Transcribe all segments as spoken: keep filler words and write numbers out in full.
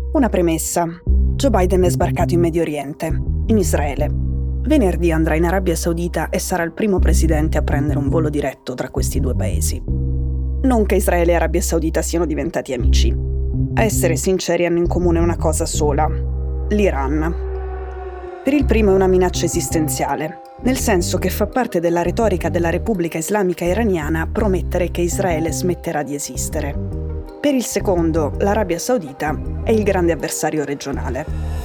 Una premessa. Joe Biden è sbarcato in Medio Oriente, in Israele. Venerdì andrà in Arabia Saudita e sarà il primo presidente a prendere un volo diretto tra questi due paesi. Non che Israele e Arabia Saudita siano diventati amici. A essere sinceri, hanno in comune una cosa sola: l'Iran. Per il primo è una minaccia esistenziale, nel senso che fa parte della retorica della Repubblica Islamica Iraniana promettere che Israele smetterà di esistere. Per il secondo, l'Arabia Saudita è il grande avversario regionale.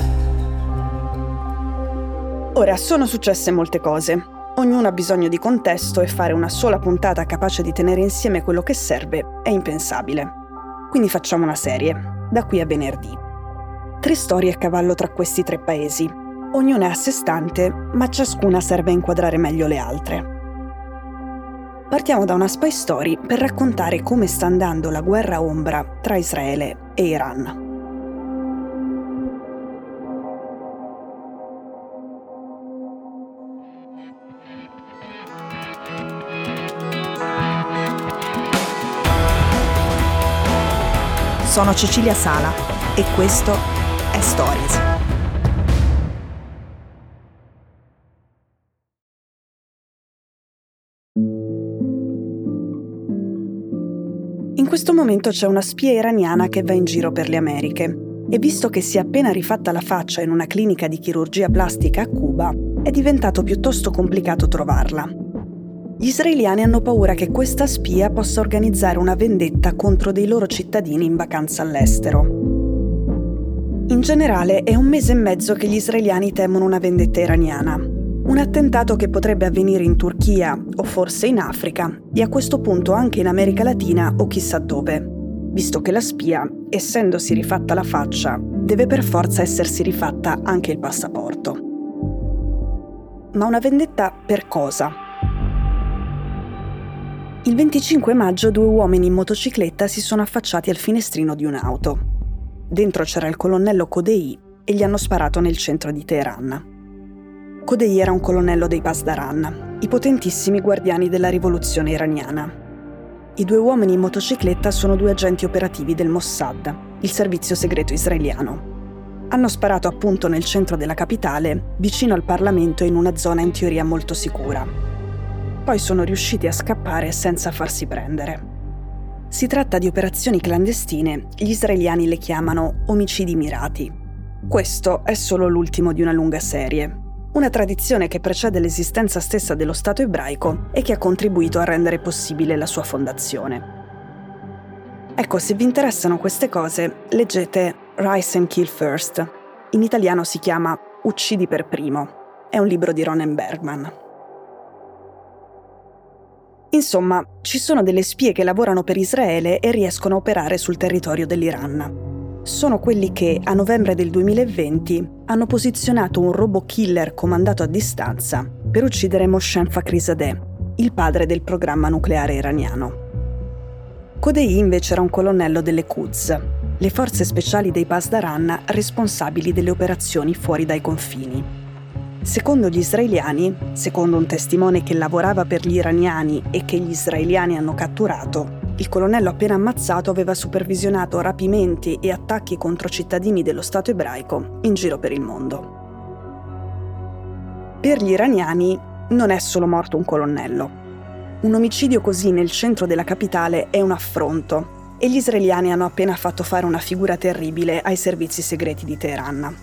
Ora, sono successe molte cose. Ognuno ha bisogno di contesto e fare una sola puntata capace di tenere insieme quello che serve è impensabile. Quindi facciamo una serie, da qui a venerdì. Tre storie a cavallo tra questi tre paesi. Ognuna è a sé stante, ma ciascuna serve a inquadrare meglio le altre. Partiamo da una spy story per raccontare come sta andando la guerra ombra tra Israele e Iran. Sono Cecilia Sala e questo è Stories. In questo momento c'è una spia iraniana che va in giro per le Americhe e visto che si è appena rifatta la faccia in una clinica di chirurgia plastica a Cuba, è diventato piuttosto complicato trovarla. Gli israeliani hanno paura che questa spia possa organizzare una vendetta contro dei loro cittadini in vacanza all'estero. In generale è un mese e mezzo che gli israeliani temono una vendetta iraniana. Un attentato che potrebbe avvenire in Turchia o forse in Africa e a questo punto anche in America Latina o chissà dove, visto che la spia, essendosi rifatta la faccia, deve per forza essersi rifatta anche il passaporto. Ma una vendetta per cosa? Il venticinque maggio due uomini in motocicletta si sono affacciati al finestrino di un'auto. Dentro c'era il colonnello Khudei e gli hanno sparato nel centro di Teheran. Khudei era un colonnello dei Pasdaran, i potentissimi guardiani della rivoluzione iraniana. I due uomini in motocicletta sono due agenti operativi del Mossad, il servizio segreto israeliano. Hanno sparato appunto nel centro della capitale, vicino al Parlamento in una zona in teoria molto sicura. Poi sono riusciti a scappare senza farsi prendere. Si tratta di operazioni clandestine, gli israeliani le chiamano omicidi mirati. Questo è solo l'ultimo di una lunga serie. Una tradizione che precede l'esistenza stessa dello Stato ebraico e che ha contribuito a rendere possibile la sua fondazione. Ecco, se vi interessano queste cose, leggete Rise and Kill First. In italiano si chiama Uccidi per primo. È un libro di Ronen Bergman. Insomma, ci sono delle spie che lavorano per Israele e riescono a operare sul territorio dell'Iran. Sono quelli che, a novembre del duemilaventi, hanno posizionato un robot killer comandato a distanza per uccidere Mohsen Fakhrizadeh, il padre del programma nucleare iraniano. Khudei invece era un colonnello delle Quds, le forze speciali dei Pasdaran responsabili delle operazioni fuori dai confini. Secondo gli israeliani, secondo un testimone che lavorava per gli iraniani e che gli israeliani hanno catturato, il colonnello appena ammazzato aveva supervisionato rapimenti e attacchi contro cittadini dello Stato ebraico in giro per il mondo. Per gli iraniani non è solo morto un colonnello. Un omicidio così nel centro della capitale è un affronto e gli israeliani hanno appena fatto fare una figura terribile ai servizi segreti di Teheran.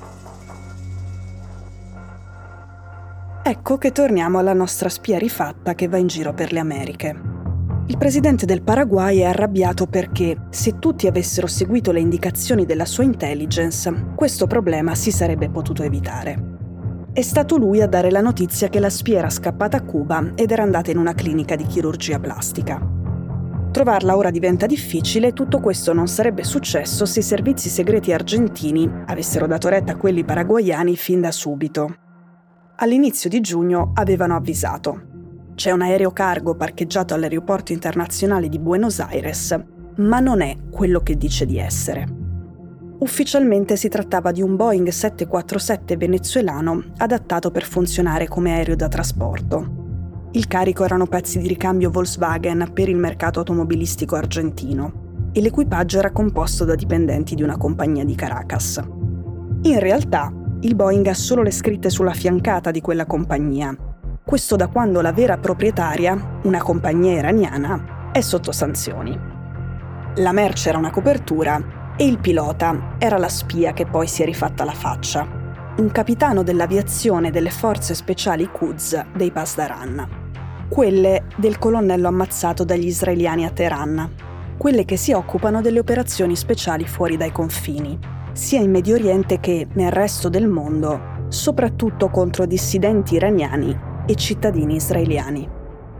Ecco che torniamo alla nostra spia rifatta che va in giro per le Americhe. Il presidente del Paraguay è arrabbiato perché, se tutti avessero seguito le indicazioni della sua intelligence, questo problema si sarebbe potuto evitare. È stato lui a dare la notizia che la spia era scappata a Cuba ed era andata in una clinica di chirurgia plastica. Trovarla ora diventa difficile e tutto questo non sarebbe successo se i servizi segreti argentini avessero dato retta a quelli paraguayani fin da subito. All'inizio di giugno avevano avvisato. C'è un aereo cargo parcheggiato all'aeroporto internazionale di Buenos Aires, ma non è quello che dice di essere. Ufficialmente si trattava di un Boeing sette quattro sette venezuelano adattato per funzionare come aereo da trasporto. Il carico erano pezzi di ricambio Volkswagen per il mercato automobilistico argentino e l'equipaggio era composto da dipendenti di una compagnia di Caracas. In realtà, il Boeing ha solo le scritte sulla fiancata di quella compagnia. Questo da quando la vera proprietaria, una compagnia iraniana, è sotto sanzioni. La merce era una copertura e il pilota era la spia che poi si è rifatta la faccia, un capitano dell'aviazione delle forze speciali Quds dei Pasdaran, quelle del colonnello ammazzato dagli israeliani a Teheran, quelle che si occupano delle operazioni speciali fuori dai confini, sia in Medio Oriente che nel resto del mondo, soprattutto contro dissidenti iraniani e cittadini israeliani.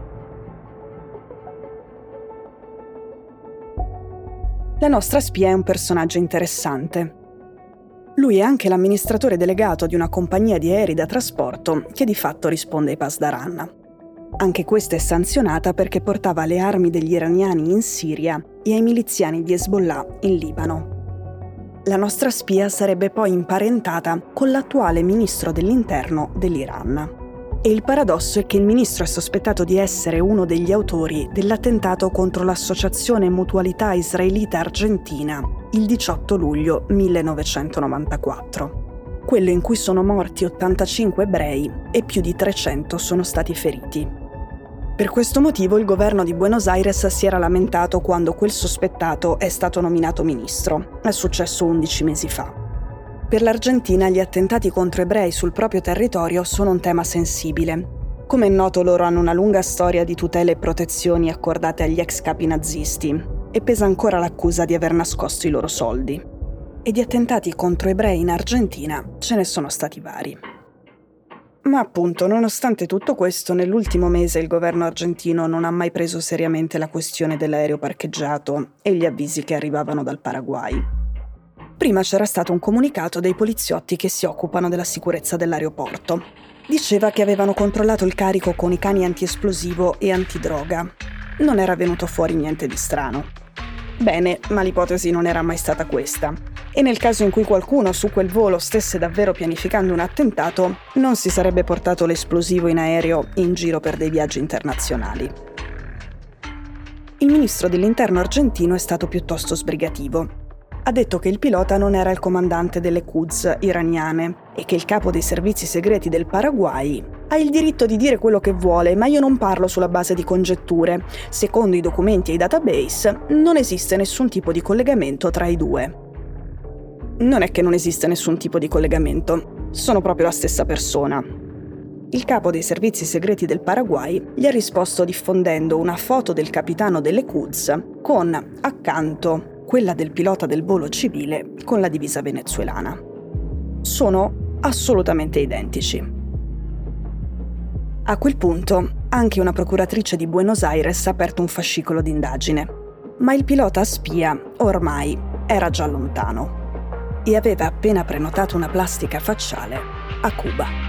La nostra spia è un personaggio interessante. Lui è anche l'amministratore delegato di una compagnia di aerei da trasporto che di fatto risponde ai Pasdaran. Anche questa è sanzionata perché portava le armi degli iraniani in Siria e ai miliziani di Hezbollah in Libano. La nostra spia sarebbe poi imparentata con l'attuale ministro dell'interno dell'Iran. E il paradosso è che il ministro è sospettato di essere uno degli autori dell'attentato contro l'associazione Mutualità Israelita Argentina il diciotto luglio millenovecentonovantaquattro, quello in cui sono morti ottantacinque ebrei e più di trecento sono stati feriti. Per questo motivo il governo di Buenos Aires si era lamentato quando quel sospettato è stato nominato ministro. È successo undici mesi fa. Per l'Argentina gli attentati contro ebrei sul proprio territorio sono un tema sensibile. Come è noto, loro hanno una lunga storia di tutele e protezioni accordate agli ex capi nazisti e pesa ancora l'accusa di aver nascosto i loro soldi. E di attentati contro ebrei in Argentina ce ne sono stati vari. Ma appunto, nonostante tutto questo, nell'ultimo mese il governo argentino non ha mai preso seriamente la questione dell'aereo parcheggiato e gli avvisi che arrivavano dal Paraguay. Prima c'era stato un comunicato dei poliziotti che si occupano della sicurezza dell'aeroporto. Diceva che avevano controllato il carico con i cani antiesplosivo e antidroga. Non era venuto fuori niente di strano. Bene, ma l'ipotesi non era mai stata questa. E nel caso in cui qualcuno su quel volo stesse davvero pianificando un attentato, non si sarebbe portato l'esplosivo in aereo in giro per dei viaggi internazionali. Il ministro dell'interno argentino è stato piuttosto sbrigativo. Ha detto che il pilota non era il comandante delle Quds iraniane e che il capo dei servizi segreti del Paraguay ha il diritto di dire quello che vuole, ma io non parlo sulla base di congetture. Secondo i documenti e i database, non esiste nessun tipo di collegamento tra i due. Non è che non esiste nessun tipo di collegamento, sono proprio la stessa persona. Il capo dei servizi segreti del Paraguay gli ha risposto diffondendo una foto del capitano delle Quds con accanto quella del pilota del volo civile con la divisa venezuelana. Sono assolutamente identici. A quel punto, anche una procuratrice di Buenos Aires ha aperto un fascicolo d'indagine, ma il pilota spia, ormai, era già lontano e aveva appena prenotato una plastica facciale a Cuba.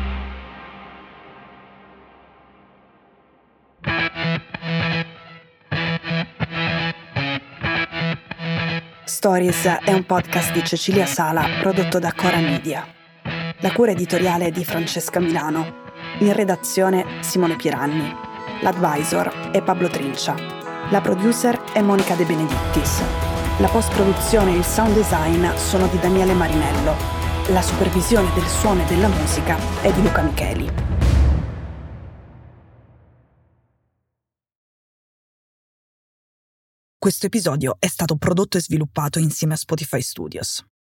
Stories è un podcast di Cecilia Sala prodotto da Cora Media. La cura editoriale è di Francesca Milano. In redazione Simone Piranni. L'advisor è Pablo Trincia. La producer è Monica De Benedictis. La post-produzione e il sound design sono di Daniele Marinello. La supervisione del suono e della musica è di Luca Micheli. Questo episodio è stato prodotto e sviluppato insieme a Spotify Studios.